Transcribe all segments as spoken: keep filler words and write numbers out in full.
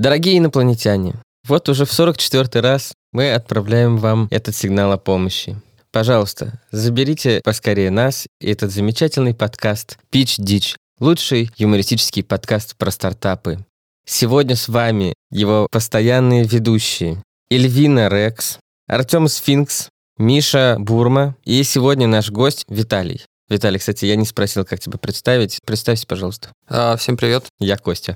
Дорогие инопланетяне, вот уже в сорок четвёртый раз мы отправляем вам этот сигнал о помощи. Пожалуйста, заберите поскорее нас и этот замечательный подкаст «Pitch Ditch», лучший юмористический подкаст про стартапы. Сегодня с вами его постоянные ведущие Эльвина Рекс, Артем Сфинкс, Миша Бурма и сегодня наш гость Виталий. Виталий, кстати, я не спросил, как тебя представить. Представься, пожалуйста. А, всем привет. Я Костя.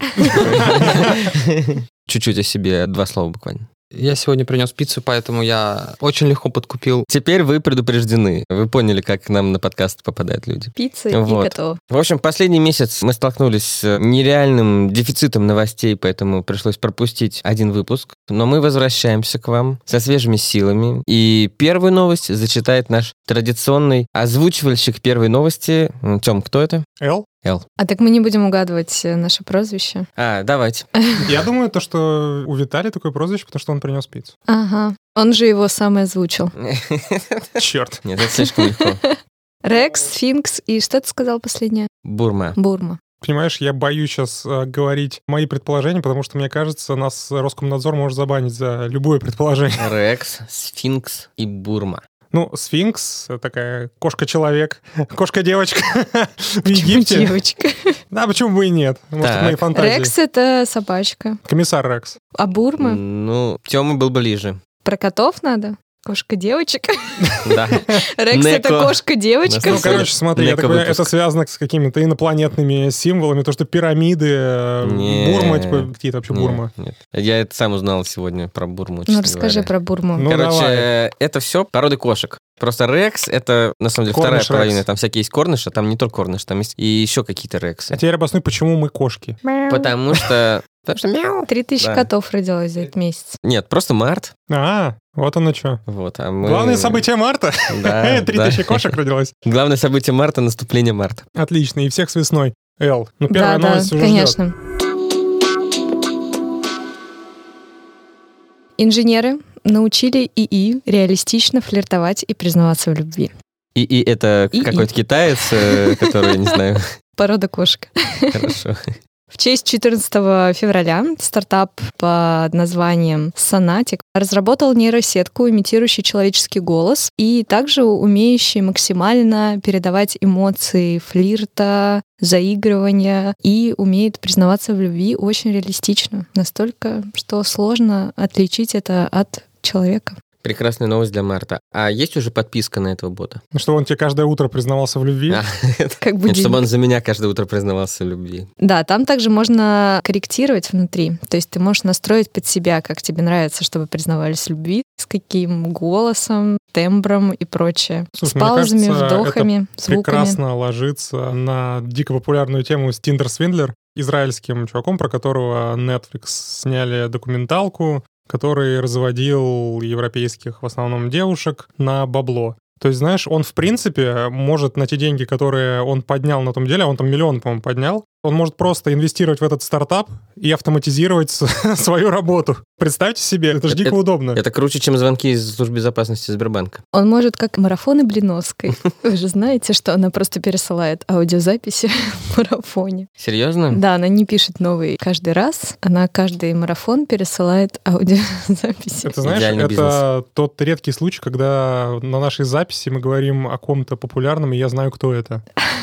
Чуть-чуть о себе, два слова буквально. Я сегодня принес пиццу, поэтому я очень легко подкупил. Теперь вы предупреждены. Вы поняли, как к нам на подкаст попадают люди. Пицца вот. И готово. В общем, последний месяц мы столкнулись с нереальным дефицитом новостей, поэтому пришлось пропустить один выпуск. Но мы возвращаемся к вам со свежими силами. И первую новость зачитает наш традиционный озвучивальщик первой новости. Тём, кто это? Эл. Эл. А так мы не будем угадывать наше прозвище? А, давайте. Я думаю, то, что у Виталия такое прозвище, потому что он принес пиццу. Ага. Он же его сам и озвучил. Черт. Нет, это слишком легко. Рекс, Сфинкс и что ты сказал последнее? Бурма. Бурма. Понимаешь, я боюсь сейчас э, говорить мои предположения, потому что, мне кажется, нас Роскомнадзор может забанить за любое предположение. Рекс, Сфинкс и Бурма. Ну, сфинкс, такая кошка-человек, кошка-девочка в Почему Египте. девочка? Да, почему бы и нет? Может, это мои фантазии. Рекс — это собачка. Комиссар Рекс. А Бурма? Ну, Тёма был ближе. Про котов надо? Кошка-девочка? Да. Рекс — это кошка-девочка? Ну, короче, смотри, я так понимаю, это связано с какими-то инопланетными символами, то, что пирамиды, Бурма, типа, какие-то вообще Бурма. Нет, я это сам узнал сегодня про Бурму. Ну, расскажи про Бурму. Ну, Короче, давай. это все породы кошек. Просто Рекс — это, на самом деле, Корниш вторая половина. Рекс. Там всякие есть корниши, там не только корниш, там есть и еще какие-то рексы. А теперь обоснуй, почему мы кошки. Потому что... Потому что мяу. Три тысячи Да. котов родилось за этот месяц. Нет, просто март. А, вот оно что. Вот, а мы... Главное событие марта. Да, Три да. тысячи кошек родилось. Главное событие марта — наступление марта. Отлично, и всех с весной. Эл, ну первая Да, да, новость уже конечно. Инженеры научили ИИ реалистично флиртовать и признаваться в любви. И, и это И- и. какой-то китаец, э, который, я не знаю... Порода кошка. Хорошо. В честь четырнадцатого февраля стартап под названием Sonatic разработал нейросетку, имитирующую человеческий голос и также умеющий максимально передавать эмоции флирта, заигрывания и умеет признаваться в любви очень реалистично. Настолько, что сложно отличить это от человека. Прекрасная новость для марта. А есть уже подписка на этого бота? ждет. Чтобы он тебе каждое утро признавался в любви. А, Как Нет, будильник. чтобы он за меня каждое утро признавался в любви. Да, там также можно корректировать внутри. То есть ты можешь настроить под себя, как тебе нравится, чтобы признавались в любви, с каким голосом, тембром и прочее. Слушай, с мне паузами, кажется, вдохами, звуками. Прекрасно ложится на дико популярную тему с Тиндер Свиндлер, израильским чуваком, про которого Netflix сняли документалку, который разводил европейских, в основном, девушек на бабло. То есть, знаешь, он, в принципе, может на те деньги, которые он поднял на том деле, а он там миллион, по-моему, поднял, он может просто инвестировать в этот стартап и автоматизировать с- свою работу. Представьте себе, это же Это- дико удобно. Это круче, чем звонки из службы безопасности Сбербанка. Он может как марафоны Блиновской. Вы же знаете, что она просто пересылает аудиозаписи в марафоне. Серьезно? Да, она не пишет новый каждый раз, она каждый марафон пересылает аудиозаписи. Это, знаешь, Идеальный это тот редкий случай, когда на нашей записи мы говорим о ком-то популярном, и я знаю, кто это.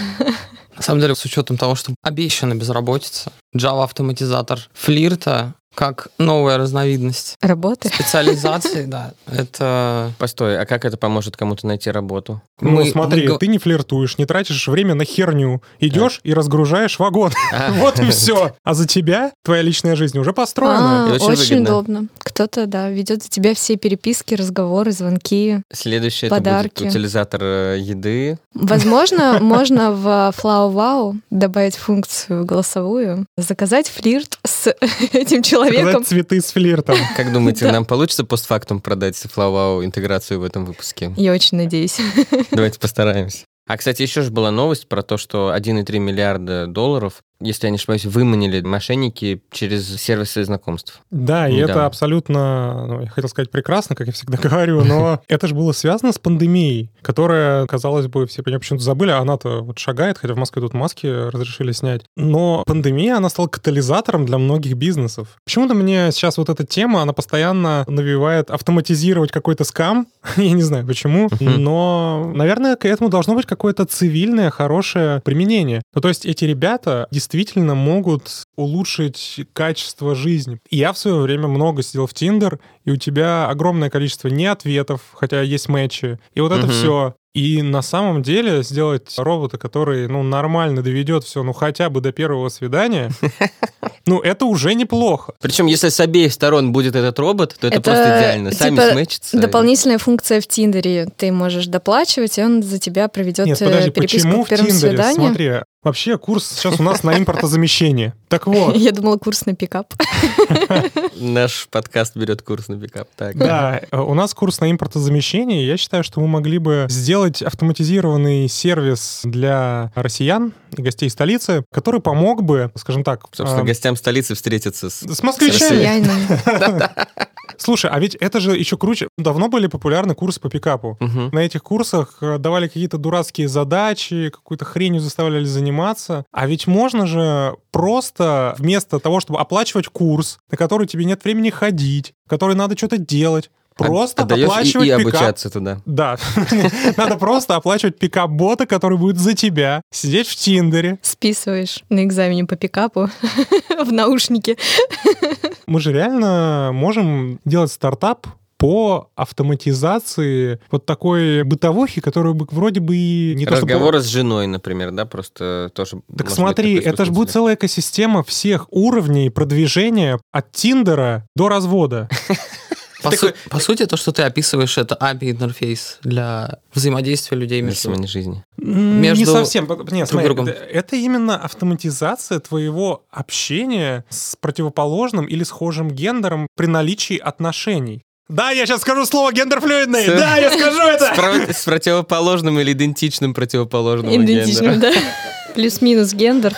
На самом деле, с учетом того, что обещана безработица, Java-автоматизатор флирта как новая разновидность Работы. специализации, да, это... Постой, а как это поможет кому-то найти работу? Ну, Мы- смотри, мы го- ты не флиртуешь, не тратишь время на херню. Идешь и разгружаешь вагон. А. Вот и все. А за тебя твоя личная жизнь уже построена. А, И очень очень выгодно. удобно. Кто-то, да, ведет за тебя все переписки, разговоры, звонки. Следующее это Подарки. будет утилизатор э, еды. Возможно, можно в FlowWow добавить функцию голосовую, заказать флирт с этим человеком. Заказать цветы с флиртом. Как думаете, Да. нам получится постфактум продать FlowWow интеграцию в этом выпуске? Я очень надеюсь. Давайте постараемся. А, кстати, еще же была новость про то, что один и три миллиарда долларов если я не ошибаюсь, выманили мошенники через сервисы знакомств. Да, и Недавно. это абсолютно, ну, я хотел сказать прекрасно, как я всегда говорю, но это же было связано с пандемией, которая, казалось бы, все почему-то забыли, а она-то вот шагает, хотя в Москве тут маски разрешили снять. Но пандемия, она стала катализатором для многих бизнесов. Почему-то мне сейчас вот эта тема, она постоянно навевает автоматизировать какой-то скам, я не знаю почему, но, наверное, к этому должно быть какое-то цивильное, хорошее применение. Ну, то есть эти ребята действительно могут улучшить качество жизни. И я в свое время много сидел в Tinder, и у тебя огромное количество не ответов, хотя есть матчи. И вот это Мгм. все. И на самом деле сделать робота, который, ну, нормально доведет все, ну, хотя бы до первого свидания, ну, это уже неплохо. Причем, если с обеих сторон будет этот робот, то это, Это, просто идеально. Сами типа, сметчатся. Дополнительная функция в Тиндере. Ты можешь доплачивать, и он за тебя проведет Нет, подожди, переписку почему в в первом Тиндере? свидании. Смотри, вообще курс сейчас у нас на импортозамещение. Так вот, Я думала, курс на пикап. Наш подкаст берет курс на пикап. Так. да, у нас курс на импортозамещение. Я считаю, что мы могли бы сделать автоматизированный сервис для россиян и гостей столицы, который помог бы, скажем так, Собственно, а, гостям столицы встретиться с... с москвичами. Россиянин. Слушай, а ведь это же еще круче. Давно были популярны курсы по пикапу. Мгм. На этих курсах э, давали какие-то дурацкие задачи, какой-то хренью заставляли заниматься. А ведь можно же просто вместо того, чтобы оплачивать курс, на который тебе нет времени ходить, в который надо что-то делать, просто Отдаёшь и- оплачивать и пикап. обучаться туда. Да. Надо просто оплачивать пикап-бота, который будет за тебя, сидеть в Тиндере. Списываешь на экзамене по пикапу в наушнике. Мы же реально можем делать стартап по автоматизации вот такой бытовухи, которую бы вроде бы и не то чтобы- Разговоры с женой, например, да, просто тоже... Так может смотри, быть, такой это же будет смысле. целая экосистема всех уровней продвижения от Тиндера до развода. По, Такой- су- по сути, то, что ты описываешь, это эй пи ай-интерфейс для взаимодействия людей Для между... семейной жизни. М, Не Между совсем. Нет, смотри, другом. это- это именно автоматизация твоего общения с противоположным или схожим гендером при наличии отношений. Да, я сейчас скажу слово гендерфлюидный. С- Да, я скажу С, это. про- с противоположным или идентичным противоположным Идентичным, гендера. да? Плюс-минус гендер.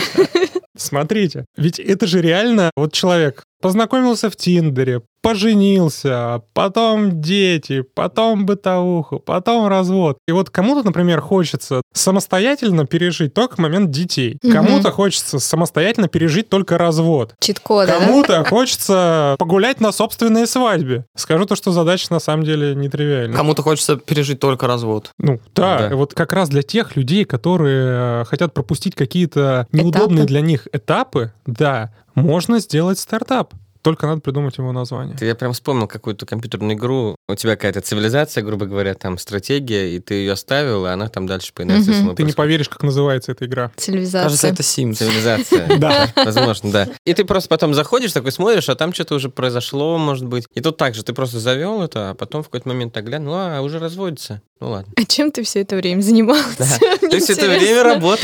Смотрите, ведь это же реально вот человек познакомился в Тиндере, поженился, потом дети, потом бытовуха, потом развод. И вот кому-то, например, хочется самостоятельно пережить только момент детей. Мгм. Кому-то хочется самостоятельно пережить только развод. Чит-коды, да? Кому-то хочется погулять на собственной свадьбе. Скажу то, что задача на самом деле нетривиальна. Кому-то хочется пережить только развод. Ну, да, Да. вот как раз для тех людей, которые э, хотят пропустить какие-то неудобные Этапы. для них этапы, да, можно сделать стартап. Только надо придумать его название. Ты- Я прям вспомнил какую-то компьютерную игру. У тебя какая-то цивилизация, грубо говоря, там стратегия, и ты ее оставил, и она там дальше по инерции Мгм. сама Ты не происходит. поверишь, как называется эта игра. Кажется, Цивилизация. это Sims. Цивилизация. Да. Возможно, да. И ты просто потом заходишь, такой смотришь, а там что-то уже произошло, может быть. И тут так же, ты просто завел это, а потом в какой-то момент так глянул, а, уже разводится. Ну ладно. А чем ты все это время занимался? Мне Ты все это интересно. время работал.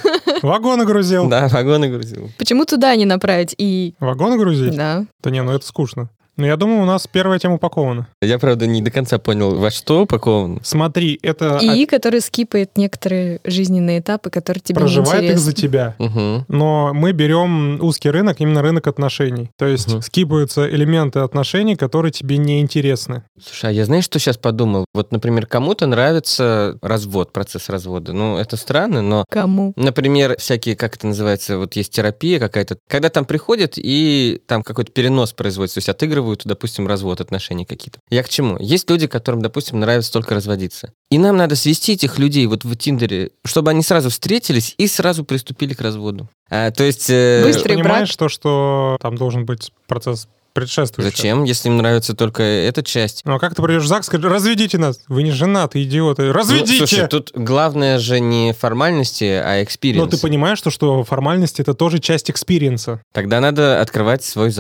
Вагоны грузил. Да, вагоны грузил. Почему туда не направить и... Вагоны грузить? Да. Да не, ну это скучно. Но я думаю, у нас первая тема упакована. Я, правда, не до конца понял, во что упакован. Смотри, это И который скипает некоторые жизненные этапы, которые тебе проживает их за неинтересны. тебя. Угу. Но мы берем узкий рынок, именно рынок отношений. То есть Мгм. скипаются элементы отношений, которые тебе не интересны. Слушай, а я знаешь, что сейчас подумал? Вот, например, кому-то нравится развод, процесс развода. Ну, это странно, но Кому? например, всякие, как это называется, вот есть терапия какая-то, когда там приходят и там какой-то перенос производится, то есть отыгрывают, допустим, развод, отношения какие-то. Я к чему? Есть люди, которым, допустим, нравится только разводиться. И нам надо свести этих людей вот в Тиндере, чтобы они сразу встретились и сразу приступили к разводу. А, то есть... э, Быстро. Быстрый Понимаешь, то, что там должен быть процесс предшествующий? Зачем, если им нравится только эта часть? Ну а как ты придешь в ЗАГС и скажешь, разведите нас? Вы не женаты, идиоты. Разведите! Ну, слушай, тут главное же не формальности, а Но экспириенс. ты понимаешь, что, что формальность — это тоже часть экспириенса. Тогда надо открывать свой ЗАГС.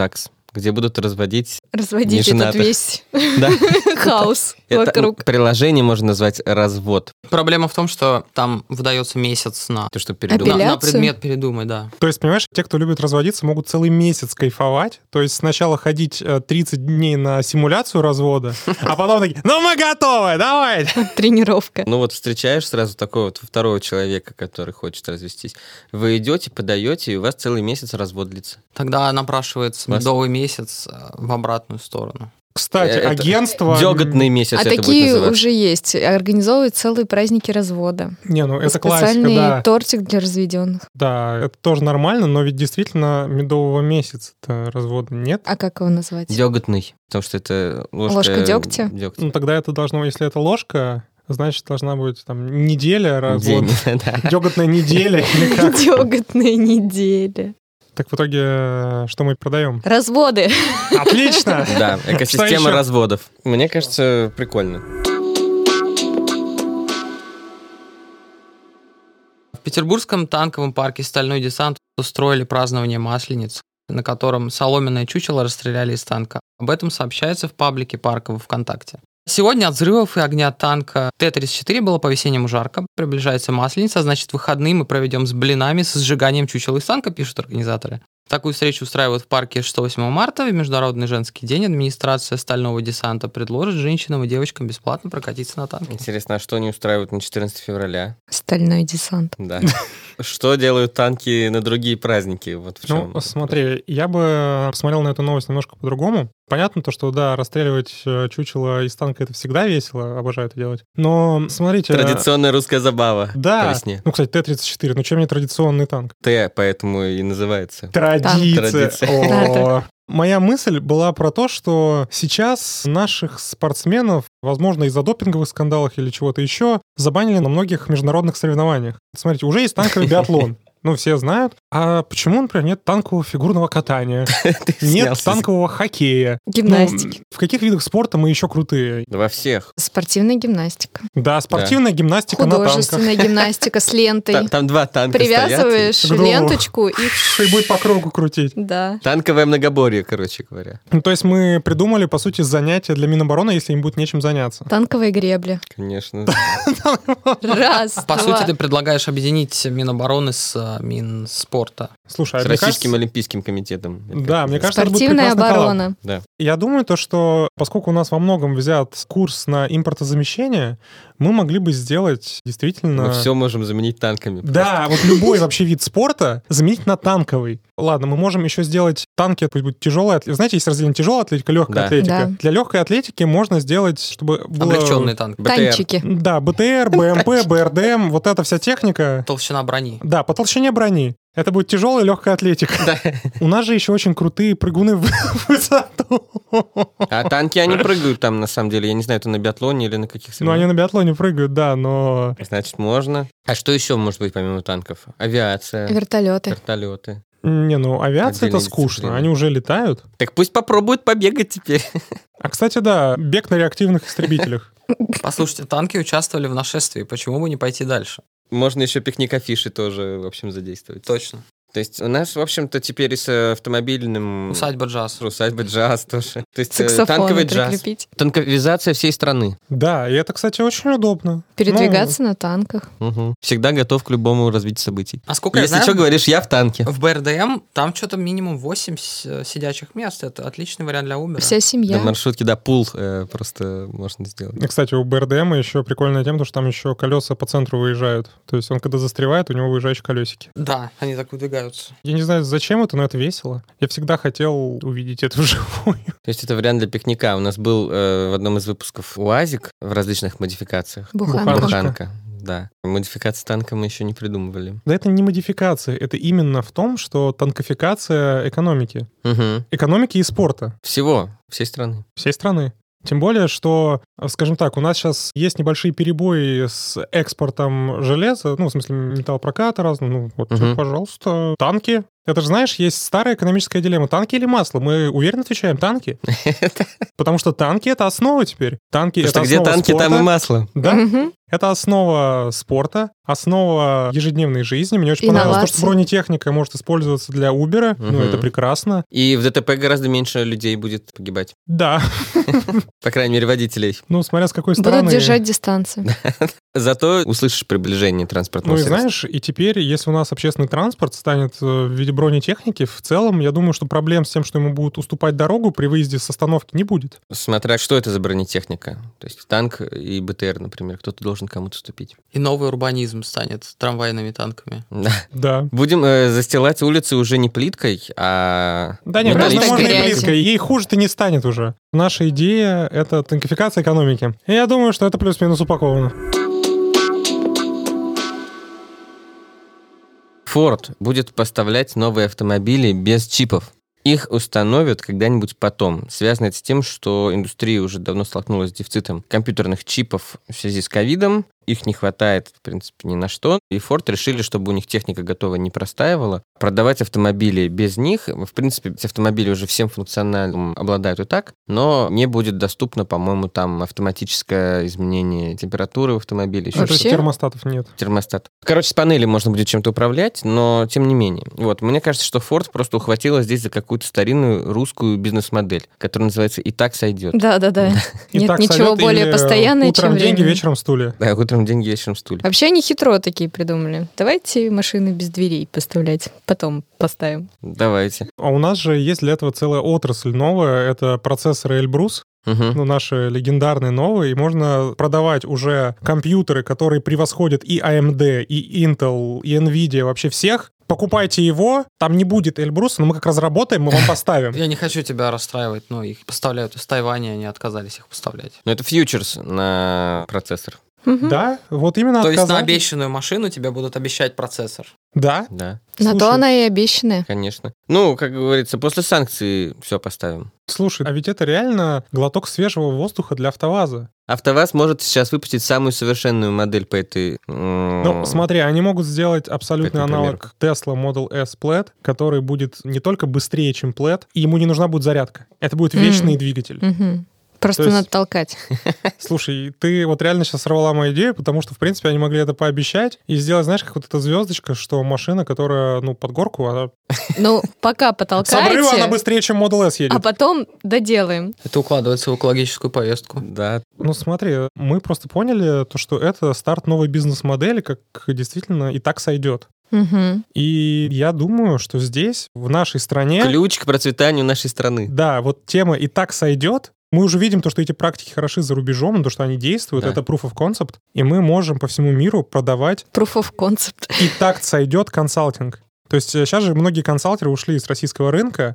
где будут разводить Разводить этот неженатых. весь Да. хаос Это вокруг. приложение можно назвать «развод». Проблема в том, что там выдается месяц на, То, что на, передумал. Апелля- на Апелляцию? предмет передумай, да. То есть, понимаешь, те, кто любит разводиться, могут целый месяц кайфовать. То есть сначала ходить э, тридцать дней на симуляцию развода, а потом такие, ну мы готовы, давайте. Тренировка. Ну вот встречаешь сразу такого вот второго человека, который хочет развестись. Вы идете, подаете, и у вас целый месяц развод длится. Тогда напрашивается Вас- медовый месяц э, в обратную сторону. Кстати, Это агентство... Дёготный месяц А это будет такие называться. уже есть. Организовывают целые праздники развода. Не, ну это классика, Специальный да. тортик для разведенных. Да, это тоже нормально, но ведь действительно медового месяца-то развода нет. А как его назвать? Дёготный, потому что это ложка, Ложка дёгтя? дёгтя. Ну тогда это должно, если это ложка, значит должна быть там неделя развода. День, да. Дёготная неделя или как? Дёготная неделя. Так в итоге э, что мы продаем? Разводы. Отлично! Да, Что экосистема ещё? разводов. Мне кажется, прикольно. В Петербургском танковом парке «Стальной десант» устроили празднование Масленицы, на котором соломенное чучело расстреляли из танка. Об этом сообщается в паблике парка во ВКонтакте. Сегодня от взрывов и огня танка Т тридцать четыре было по-весеннему жарко. Приближается Масленица, значит, выходные мы проведем с блинами, с сжиганием чучела из танка, пишут организаторы. Такую встречу устраивают в парке шестого-восьмого марта. В Международный женский день администрация «Стального десанта» предложит женщинам и девочкам бесплатно прокатиться на танке. Интересно, а что они устраивают на четырнадцатое февраля? Стальной десант. Да. Что делают танки на другие праздники? Вот в чем. Ну, смотри, я бы посмотрел на эту новость немножко по-другому. Понятно то, что, да, расстреливать э, чучело из танка — это всегда весело, обожаю это делать. Но, смотрите... Традиционная русская забава по Да. весне. Ну, кстати, Т тридцать четыре, ну чем не традиционный танк? Т, поэтому и называется. Традиция. Традиция. О. Моя мысль была про то, что сейчас наших спортсменов, возможно, из-за допинговых скандалов или чего-то еще, забанили на многих международных соревнованиях. Смотрите, уже есть танковый биатлон. Ну, все знают. А почему, например, нет танкового фигурного катания? Ты Нет снялся. танкового хоккея. Гимнастики. Ну, в каких видах спорта мы еще крутые? Да во всех. Спортивная гимнастика. Да, спортивная гимнастика на танках. Художественная гимнастика с лентой. Там, там два танка Привязываешь стоят, и- ленточку и... И будет по кругу крутить. Да. Танковое многоборье, короче говоря. Ну, то есть мы придумали, по сути, занятия для Минобороны, если им будет нечем заняться. Танковая гребля. Конечно. Раз, По два. сути, ты предлагаешь объединить Минобороны с э, Минспорта. Слушай, а С мне Российским кажется- Олимпийским комитетом. Да, мне кажется, это будет Спортивная прекрасный коллаб. оборона. Да. Я думаю, то, что поскольку у нас во многом взят курс на импортозамещение, мы могли бы сделать действительно... Мы все можем заменить танками. Да, вот любой вообще вид спорта заменить на танковый. Ладно, мы можем еще сделать танки, пусть будет тяжелая атлетика. Знаете, есть разделение тяжелая атлетика, легкая Да. атлетика. Да. Для легкой атлетики можно сделать, чтобы было... Облегченный танк. БТР. Танчики. Да, БТР, БМП, БРДМ, вот эта вся техника. Толщина брони. Да, по толщине брони. Это будет тяжелая легкая атлетика. Да. У нас же еще очень крутые прыгуны в высоту. А танки, они прыгают там, на самом деле. Я не знаю, это на биатлоне или на каких Ну, они на биатлоне прыгают, да, но... Значит, можно. А что еще может быть помимо танков? Авиация, Вертолеты. вертолеты. Не, ну, авиация — это Отдельная скучно. дисциплина. Они уже летают. Так пусть попробуют побегать теперь. А, кстати, да, бег на реактивных истребителях. Послушайте, танки участвовали в нашествии, почему бы не пойти дальше? Можно еще пикник-афиши тоже, в общем, задействовать. Точно. То есть у нас, в общем-то, теперь и с автомобильным... Усадьба джаз. Усадьба джаз тоже. То есть э, Саксофоны танковый джаз. прикрепить. Танковизация всей страны. Да, и это, кстати, очень удобно. Передвигаться на танках. Мгм. Всегда готов к любому развитию событий. А сколько я Если знаю, что говоришь, я в танке. в БРДМ там что-то минимум восемь с- сидячих мест. Это отличный вариант для Uber. Вся До семья. маршрутки, да, пул э, просто можно сделать. И, кстати, у БРДМ еще прикольная тема, потому что там еще колеса по центру выезжают. То есть он, когда застревает, у него выезжающие колесики. Да, они так выдвигаются. Я не знаю, зачем это, но это весело. Я всегда хотел увидеть это вживую. То есть это вариант для пикника. У нас был э, в одном из выпусков УАЗик в различных модификациях. Буханка. Буханка. Буханка, да. Модификации танка мы еще не придумывали. Да это не модификация, это именно в том, что танкификация экономики. Мгм. Экономики и спорта Всего, всей страны. всей страны. Тем более, что, скажем так, у нас сейчас есть небольшие перебои с экспортом железа, ну, в смысле, металлопроката разного. Ну, вот, Мгм. пожалуйста, танки. Это же, знаешь, есть старая экономическая дилемма. Танки или масло? Мы уверенно отвечаем танки. Потому что танки — это основа теперь. Танки — Потому это что где основа танки, там и спорта. масло. Да, Мгм. это основа спорта, основа ежедневной жизни. Мне очень Инновации. понравилось то, что бронетехника может использоваться для Uber. Мгм. Ну, это прекрасно. И в ДТП гораздо меньше людей будет погибать. Да. По крайней мере, водителей. Ну, смотря с какой стороны. Будут держать дистанцию. Зато услышишь приближение транспортного Ну и средства. знаешь, и теперь, если у нас общественный транспорт станет э, в виде бронетехники, в целом, я думаю, что проблем с тем, что ему будут уступать дорогу при выезде с остановки, не будет. Смотря что это за бронетехника. То есть танк и БТР, например, кто-то должен кому-то уступить. И новый урбанизм станет трамвайными танками. Да. Да. Будем э, застилать улицы уже не плиткой, а Да нет, Просто можно, можно и грязью. близко. Ей хуже-то не станет уже. Наша идея — это танкификация экономики. И я думаю, что это плюс-минус упаковано. Ford будет поставлять новые автомобили без чипов. Их установят когда-нибудь потом. Связано это с тем, что индустрия уже давно столкнулась с дефицитом компьютерных чипов в связи с ковидом. Их не хватает, в принципе, ни на что. И Ford решили, чтобы у них техника готова не простаивала, продавать автомобили без них. В принципе, эти автомобили уже всем функциональным обладают и так, но не будет доступно, по-моему, там автоматическое изменение температуры в автомобиле. Еще Ну, то есть Вообще? термостатов нет. термостат. Короче, с панели можно будет чем-то управлять, но тем не менее. Вот, мне кажется, что Ford просто ухватила здесь за какую-то старинную русскую бизнес-модель, которая называется «И так сойдет». Да-да-да. И Нет так ничего сойдет, более или постоянного, утром чем деньги, время. вечером стулья. Да, утром деньги, вечером стулья. Вообще они хитро такие придумали. Давайте машины без дверей поставлять. Потом поставим. Давайте. А у нас же есть для этого целая отрасль новая. Это процессоры Эльбрус. Мгм. Ну, наши легендарные новые, и можно продавать уже компьютеры, которые превосходят и эй эм ди, и Intel, и Nvidia, вообще всех. Покупайте его, там не будет Эльбруса, но мы как разработаем, мы вам поставим. Я не хочу тебя расстраивать, но их поставляют из Тайваня, они отказались их поставлять. Ну, это фьючерс на процессор. Мгм. Да, вот именно То есть на отказали. обещанную машину тебе будут обещать процессор. Да. Да, На Слушай. то она и обещанная. конечно. Ну, как говорится, после санкций все поставим. Слушай, а ведь это реально глоток свежего воздуха для АвтоВАЗа. АвтоВАЗ может сейчас выпустить самую совершенную модель по этой... м, Ну, смотри, они могут сделать абсолютный Как, например? аналог Tesla Model S Plaid, который будет не только быстрее, чем Plaid, и ему не нужна будет зарядка. Это будет Мгм. вечный двигатель. Мгм. Просто То есть- надо толкать. Слушай, ты вот реально сейчас сорвала мою идею, потому что, в принципе, они могли это пообещать и сделать, знаешь, как вот эта звездочка, что машина, которая, ну, под горку, она... Ну, пока С обрыва она потолкайте, быстрее, чем Model S едет. а потом доделаем. Это укладывается в экологическую повестку. Да, Ну, смотри, мы просто поняли то, что это старт новой бизнес-модели, как действительно и так сойдет. Мгм. И я думаю, что здесь, в нашей стране... ключ к процветанию нашей страны. Да, вот тема «и так сойдет». Мы уже видим то, что эти практики хороши за рубежом, то, что они действуют, Да. это proof of concept, и мы можем по всему миру продавать Proof of concept. «и так сойдет» консалтинг. То есть сейчас же многие консалтеры ушли из российского рынка,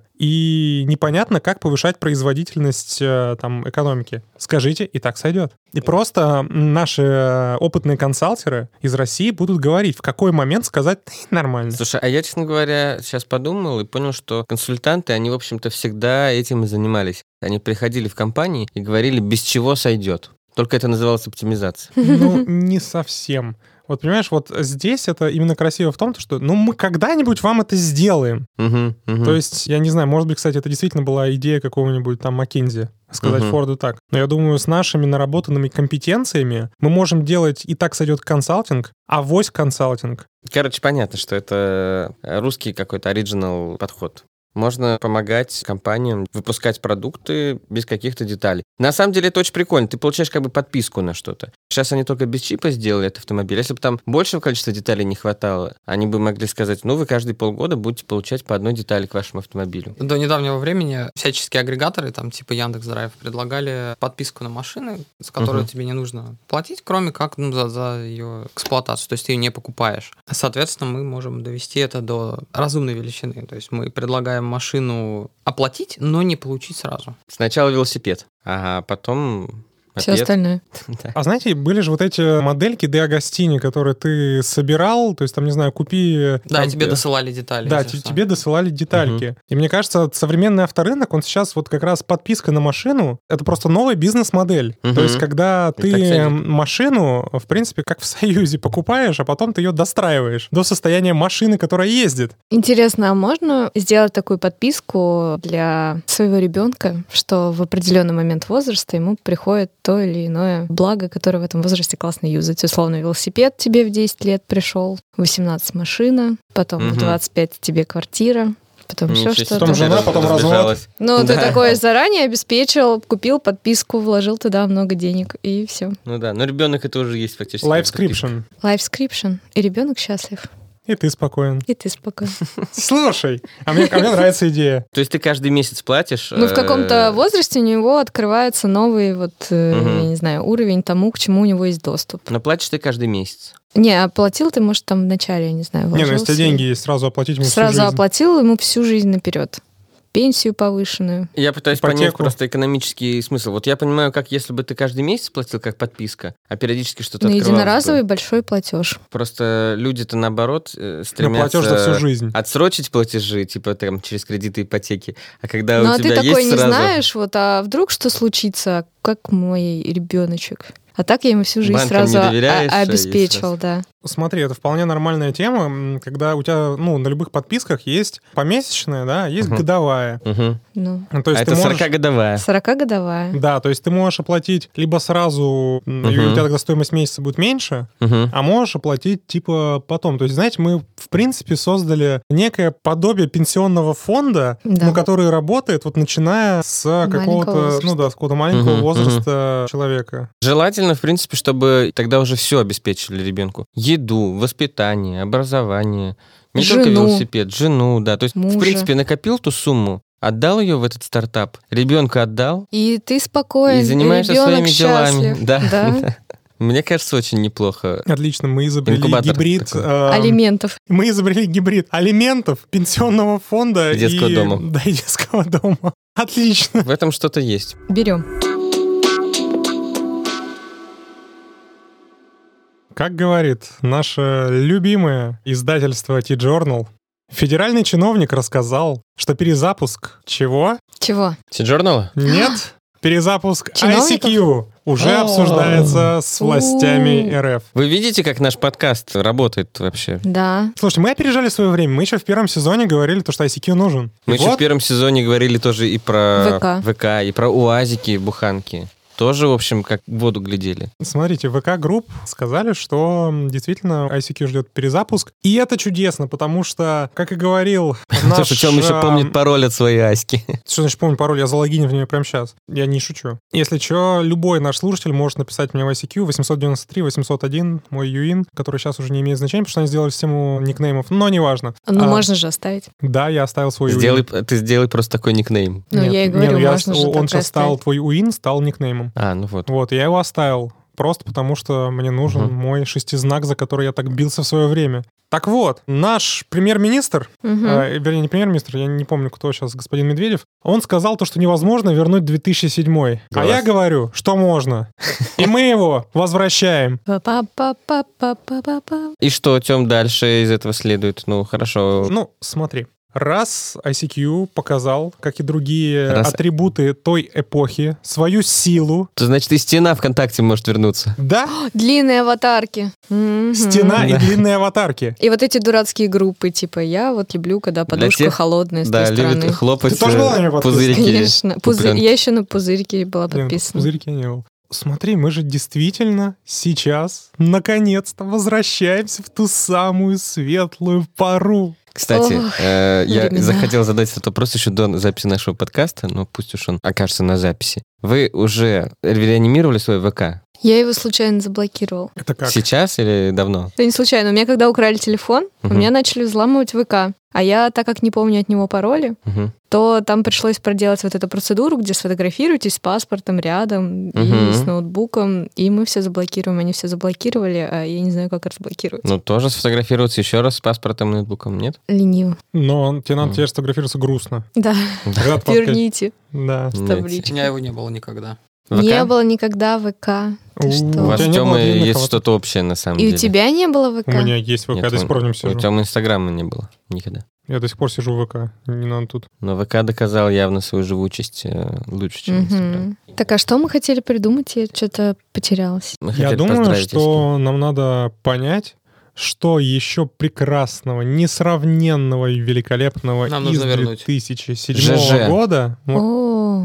и непонятно, как повышать производительность э, там, экономики. Скажите, и так сойдет. И просто наши опытные консалтеры из России будут говорить, в какой момент сказать нормально. Слушай, а я, честно говоря, сейчас подумал и понял, что консультанты, они, в общем-то, всегда этим и занимались. Они приходили в компании и говорили, без чего сойдет. Только это называлось оптимизация. Ну, не совсем. Вот понимаешь, вот здесь это именно красиво в том, что ну мы когда-нибудь вам это сделаем. Мгм, мгм. То есть, я не знаю, может быть, кстати, это действительно была идея какого-нибудь там Маккензи, сказать Мгм. Форду так. Но я думаю, с нашими наработанными компетенциями мы можем делать и так сойдет консалтинг, авось консалтинг. Короче, понятно, что это русский какой-то оригинал подход. Можно помогать компаниям выпускать продукты без каких-то деталей. На самом деле это очень прикольно. Ты получаешь как бы подписку на что-то. Сейчас они только без чипа сделали этот автомобиль. Если бы там большего количества деталей не хватало, они бы могли сказать, ну, вы каждые полгода будете получать по одной детали к вашему автомобилю. До недавнего времени всяческие агрегаторы, там типа Яндекс.Драйв, предлагали подписку на машины, за которую Мгм. тебе не нужно платить, кроме как ну, за, за ее эксплуатацию. То есть ты ее не покупаешь. Соответственно, мы можем довести это до разумной величины. То есть мы предлагаем машину оплатить, но не получить сразу. Сначала велосипед, а потом Все мопед. остальное. Да. А знаете, были же вот эти модельки Де Агостини, которые ты собирал, то есть там, не знаю, купи... Да, там, тебе э, досылали детали. Да, если те- что. тебе досылали детальки. И мне кажется, современный авторынок, он сейчас вот как раз подписка на машину, это просто новая бизнес-модель. Мгм. То есть когда И ты так сойдет. машину, в принципе, как в Союзе, покупаешь, а потом ты ее достраиваешь до состояния машины, которая ездит. Интересно, а можно сделать такую подписку для своего ребенка, что в определенный момент возраста ему приходит то или иное благо, которое в этом возрасте классно юзать. Условно, велосипед тебе в десять лет пришел, в восемнадцать машина, потом Мгм. в двадцать пять тебе квартира, потом еще Ничего себе, что-то. Потом жена, раз- потом развод. разбежалась. Ну, ты Да. такое заранее обеспечил, купил подписку, вложил туда много денег, и все. Ну да, но ребенок это уже есть фактически. Лайфскрипшн. Лайфскрипшн. И ребенок счастлив. И ты спокоен. И ты спокоен. Слушай, а мне, а мне нравится идея. То есть ты каждый месяц платишь? Ну, в э, каком-то возрасте у него открывается новый, вот, э, Мгм. я не знаю, уровень тому, к чему у него есть доступ. Но платишь ты каждый месяц. Не, оплатил ты, может, там в начале, я не знаю, Не, ну если вложился. деньги есть, сразу оплатить ему всю Сразу жизнь. оплатил ему всю жизнь наперед. Пенсию повышенную. Я пытаюсь Ипотеку. понять просто экономический смысл. Вот я понимаю, как если бы ты каждый месяц платил как подписка, а периодически что-то На открывалось бы. единоразовый большой платеж. Просто люди-то наоборот э, На стремятся платеж за всю жизнь. отсрочить платежи, типа там через кредиты, ипотеки. А когда Ну, у а тебя ты такой есть не сразу... знаешь, вот, а вдруг что случится, как мой ребеночек. А так я ему всю жизнь Банкам сразу не а- доверяешь, а- и обеспечил, сразу. да. Смотри, это вполне нормальная тема, м, когда у тебя, ну, на любых подписках есть помесячная, да, есть Мгм. годовая. Мгм. Ну, Ну, то есть А ты это можешь... сорокагодовая. сорокагодовая. Да, то есть ты можешь оплатить либо сразу, м, и Мгм. у тебя тогда стоимость месяца будет меньше, Мгм. а можешь оплатить типа потом. То есть, знаете, мы в принципе создали некое подобие пенсионного фонда, Да. ну, который работает вот начиная с Маленького какого-то, возраста. ну да, с какого-то маленького Мгм, возраста человека. Желательно, в принципе, чтобы тогда уже все обеспечили ребенку. Еду, воспитание, образование. Не только Жену. велосипед, жену, да. То есть, Мужа. в принципе, накопил ту сумму, отдал ее в этот стартап, ребенка отдал, И ты спокоен, и занимаешься ребенок своими делами. счастлив. Да. Да. Мне кажется, очень неплохо. Отлично, мы изобрели Инкубатор гибрид. такой. э, Алиментов. Мы изобрели гибрид алиментов, пенсионного фонда И детского и, дома. Да, и детского дома. Отлично. В этом что-то есть. Берем. Как говорит наше любимое издательство T-Journal, федеральный чиновник рассказал, что перезапуск чего? Чего? T-Journal? Нет, перезапуск Чиновников? ай си кью уже О. обсуждается с властями эр эф. Вы видите, как наш подкаст работает вообще? Да. Слушайте, мы опережали свое время. Мы еще в первом сезоне говорили, то, что ай си кью нужен. Мы И еще вот в первом сезоне говорили тоже и про ВК. ВК, и про УАЗики, буханки. Тоже, в общем, как в воду глядели. Смотрите, вэ ка Group сказали, что м, действительно ай си кью ждет перезапуск. И это чудесно, потому что, как и говорил Потому наш... что Тём еще а, помнит пароль от своей Аськи. Что значит помню пароль? Я залогинен в нее прямо сейчас. Я не шучу. Если что, любой наш слушатель может написать мне в ай си кью восемьсот девяносто три восемьсот один, мой юин, который сейчас уже не имеет значения, потому что они сделали систему никнеймов, но неважно. Ну, А, можно же оставить. Да, я оставил свой Сделай, юин. ты сделай просто такой никнейм. Ну, я и не, говорю, ну я можно с- же Он так сейчас стал, оставить. твой уин стал никнеймом. А, ну вот. Вот, я его оставил. Просто потому, что мне нужен Мгм. мой шестизнак, за который я так бился в свое время. Так вот, наш премьер-министр, Мгм. э, вернее, не премьер-министр, я не помню, кто сейчас, господин Медведев, он сказал то, что невозможно вернуть две тысячи седьмой. А Класс. я говорю, что можно. И мы его возвращаем. Па-па-па-па-па-па-па. И что, Тём, дальше из этого следует? Ну, хорошо. Ну, смотри. Раз ай си кью показал, как и другие Раз- атрибуты той эпохи, свою силу, То значит, и стена ВКонтакте может вернуться. да, Длинные аватарки. Мгм. стена и Да. длинные аватарки. И вот эти дурацкие группы, типа, я вот люблю, когда подушка тех- холодная с Да, той любит стороны. хлопать Ты тоже была на меня э, подписана? пузырьки. Конечно. Пузы- Купренки. Я еще на пузырьке была Блин, подписана. пузырьки я не был. Смотри, мы же действительно сейчас, наконец-то, возвращаемся в ту самую светлую пору. Кстати, Ох, э, я времена. захотел задать этот вопрос еще до записи нашего подкаста, но пусть уж он окажется на записи. Вы уже реанимировали свой ВК? Я его случайно заблокировал. Это как? Сейчас или давно? Это не случайно. У меня когда украли телефон, Мгм. у меня начали взламывать ВК. А я, так как не помню от него пароли, Мгм. то там пришлось проделать вот эту процедуру, где сфотографируйтесь с паспортом рядом и Мгм. с ноутбуком, и мы все заблокируем. Они все заблокировали, а я не знаю, как разблокировать. Ну, тоже сфотографироваться еще раз с паспортом и ноутбуком, нет? Лениво. Но тебе надо Мгм. теперь сфотографироваться грустно. Да, Когда ты подка- верните. Да. С Нет. У табличкой. меня его не было никогда. ВК? Не было никогда ВК. Ты У что? У вас тебя с не было Тёмой длинных есть аватар- что-то общее на самом И деле. у тебя не было ВК? У меня есть ВК, Нет, я до сих у- пор в нем У сижу. Тёмы Инстаграма не было никогда. Я до сих пор сижу в ВК, не надо тут. Но ВК доказал явно свою живучесть э, лучше, чем Инстаграм. Мгм. Так а что мы хотели придумать? Я что-то потерялась. Мы Я хотели думаю, поздравить что нам надо понять, что еще прекрасного, несравненного и великолепного Нам из нужно вернуть. две тысячи седьмого ЖЖ. года. Вот- О,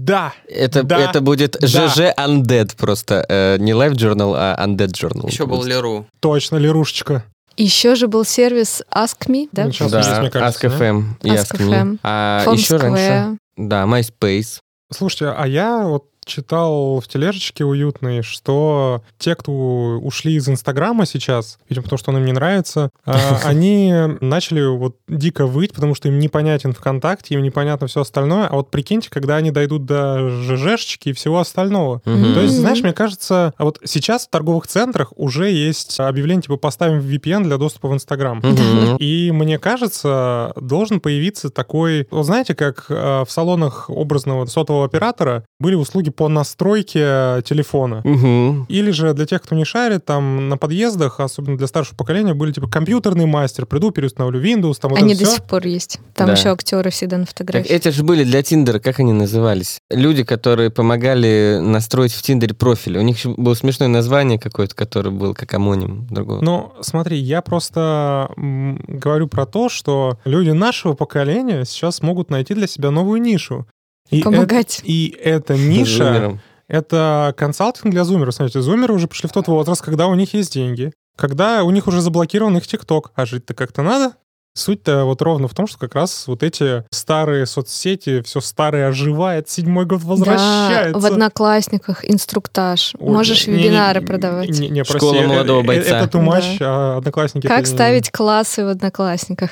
Да. Это, да, это будет да. ЖЖ Undead просто. Э, не Life Journal, а Undead Journal. Еще был будет. Леру. Точно, Лерушечка. Еще же был сервис Ask Me, да? Ну, сейчас Да, есть, мне кажется, Ask эф эм и Ask Ask эф эм. Me. А Form еще раньше... Square. Да, MySpace. Слушайте, а я вот читал в тележечке уютной, что те, кто ушли из Инстаграма сейчас, видимо, потому что он им не нравится, они начали вот дико выть, потому что им непонятен ВКонтакте, им непонятно все остальное. А вот прикиньте, когда они дойдут до ЖЖшечки и всего остального. Мгм. То есть, знаешь, мне кажется, а вот сейчас в торговых центрах уже есть объявление, типа, поставим ви пи эн для доступа в Инстаграм. Мгм. И мне кажется, должен появиться такой... Вот знаете, как э, в салонах образного сотового оператора были услуги по настройке телефона. Мгм. Или же для тех, кто не шарит, там на подъездах, особенно для старшего поколения, были типа компьютерный мастер, приду, переустановлю Windows, там вот Они это до все. сих пор есть. Там Да. еще актеры всегда на Так фотографии. эти же были для Тиндера, как они назывались? Люди, которые помогали настроить в Тиндере профиль. У них еще было смешное название какое-то, которое было как амоним другого. Ну, смотри, я просто м, говорю про то, что люди нашего поколения сейчас могут найти для себя новую нишу. И Помогать. это- и эта ниша... Зумером. Это консалтинг для зумеров. Смотрите, зумеры уже пришли в тот возраст, когда у них есть деньги, когда у них уже заблокирован их ТикТок. А жить-то как-то надо. Суть-то вот ровно в том, что как раз вот эти старые соцсети, все старое оживает, седьмой год возвращается. Да, в Одноклассниках инструктаж. Ой, Можешь не- не- вебинары не- продавать. Не, не, прости, Школа э, молодого э, бойца. Это too much, а Одноклассники... Как это не- ставить классы в Одноклассниках?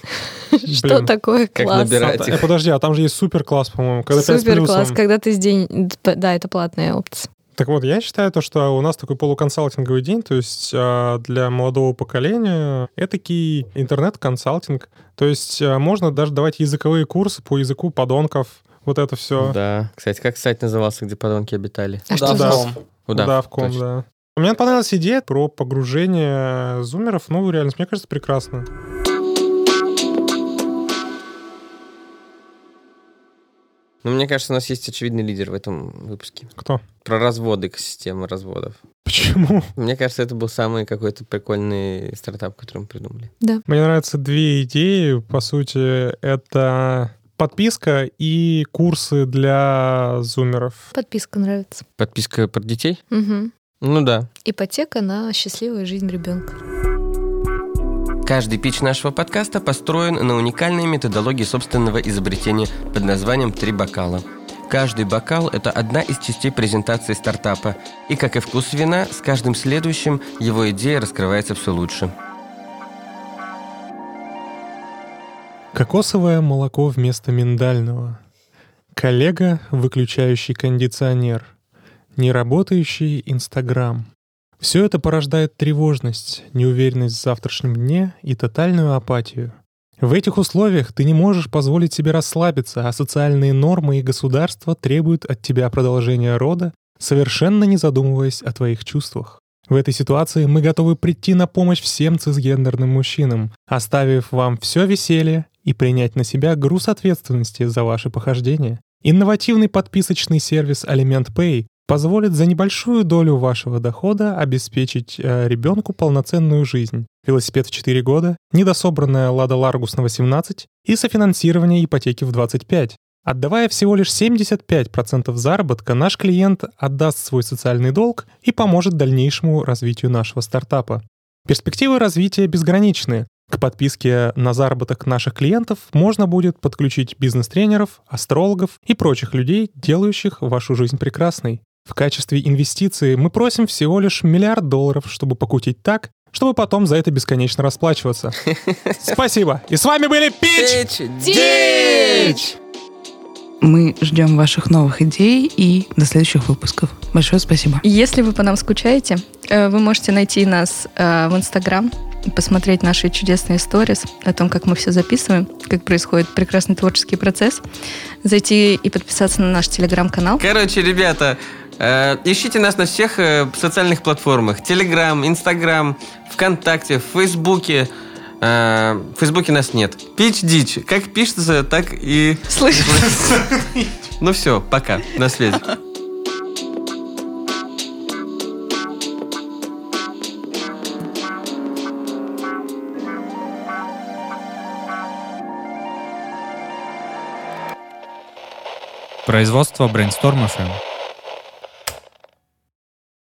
Что Блин. такое Как класс? набирать. А, э, подожди, а там же есть супер-класс, по-моему, когда пять с Супер класс, плюсом. когда ты с день... Да, это платная опция. Так вот, я считаю то, что у нас такой полуконсалтинговый день, то есть а, для молодого поколения этакий интернет-консалтинг. То есть а, можно даже давать языковые курсы по языку подонков, вот это все. Да. Кстати, как сайт назывался, где подонки обитали? А что за... Удав. Удав, Удавком, точно. да. Мне понравилась идея про погружение зумеров в новую реальность. Мне кажется, прекрасно. Ну, мне кажется, у нас есть очевидный лидер в этом выпуске. Кто? Про разводы, экосистемы разводов. Почему? Мне кажется, это был самый какой-то прикольный стартап, который мы придумали. Мне нравятся две идеи. По сути, это подписка и курсы для зумеров. Подписка нравится. Подписка про детей? Мгм. Ну да. Ипотека на счастливую жизнь ребенка. Каждый пич нашего подкаста построен на уникальной методологии собственного изобретения под названием «Три бокала». Каждый бокал – это одна из частей презентации стартапа. И, как и вкус вина, с каждым следующим его идея раскрывается все лучше. Кокосовое молоко вместо миндального. Коллега, выключающий кондиционер. Неработающий Инстаграм. Все это порождает тревожность, неуверенность в завтрашнем дне и тотальную апатию. В этих условиях ты не можешь позволить себе расслабиться, а социальные нормы и государство требуют от тебя продолжения рода, совершенно не задумываясь о твоих чувствах. В этой ситуации мы готовы прийти на помощь всем цисгендерным мужчинам, оставив вам все веселье и принять на себя груз ответственности за ваши похождения. Инновативный подписочный сервис Aliment Pay позволит за небольшую долю вашего дохода обеспечить э, ребенку полноценную жизнь, велосипед в четыре года, недособранная Лада Ларгус на восемнадцать и софинансирование ипотеки в двадцать пять. Отдавая всего лишь семьдесят пять процентов заработка, наш клиент отдаст свой социальный долг и поможет дальнейшему развитию нашего стартапа. Перспективы развития безграничны. К подписке на заработок наших клиентов можно будет подключить бизнес-тренеров, астрологов и прочих людей, делающих вашу жизнь прекрасной. В качестве инвестиции мы просим всего лишь миллиард долларов, чтобы покутить так, чтобы потом за это бесконечно расплачиваться. Спасибо. И с вами были Пич Дич! Мы ждем ваших новых идей и до следующих выпусков. Большое спасибо. Если вы по нам скучаете, э, вы можете найти нас э, в Инстаграм, посмотреть наши чудесные сторис о том, как мы все записываем, как происходит прекрасный творческий процесс, зайти и подписаться на наш Телеграм-канал. Короче, ребята, э, ищите нас на всех э, социальных платформах. Телеграм, Инстаграм, ВКонтакте, в Фейсбуке. Э, в Фейсбуке нас нет. Пич Дич. Как пишется, так и... Слышишь? Ну все, пока. На связи. Производство Brainstorm эф эм.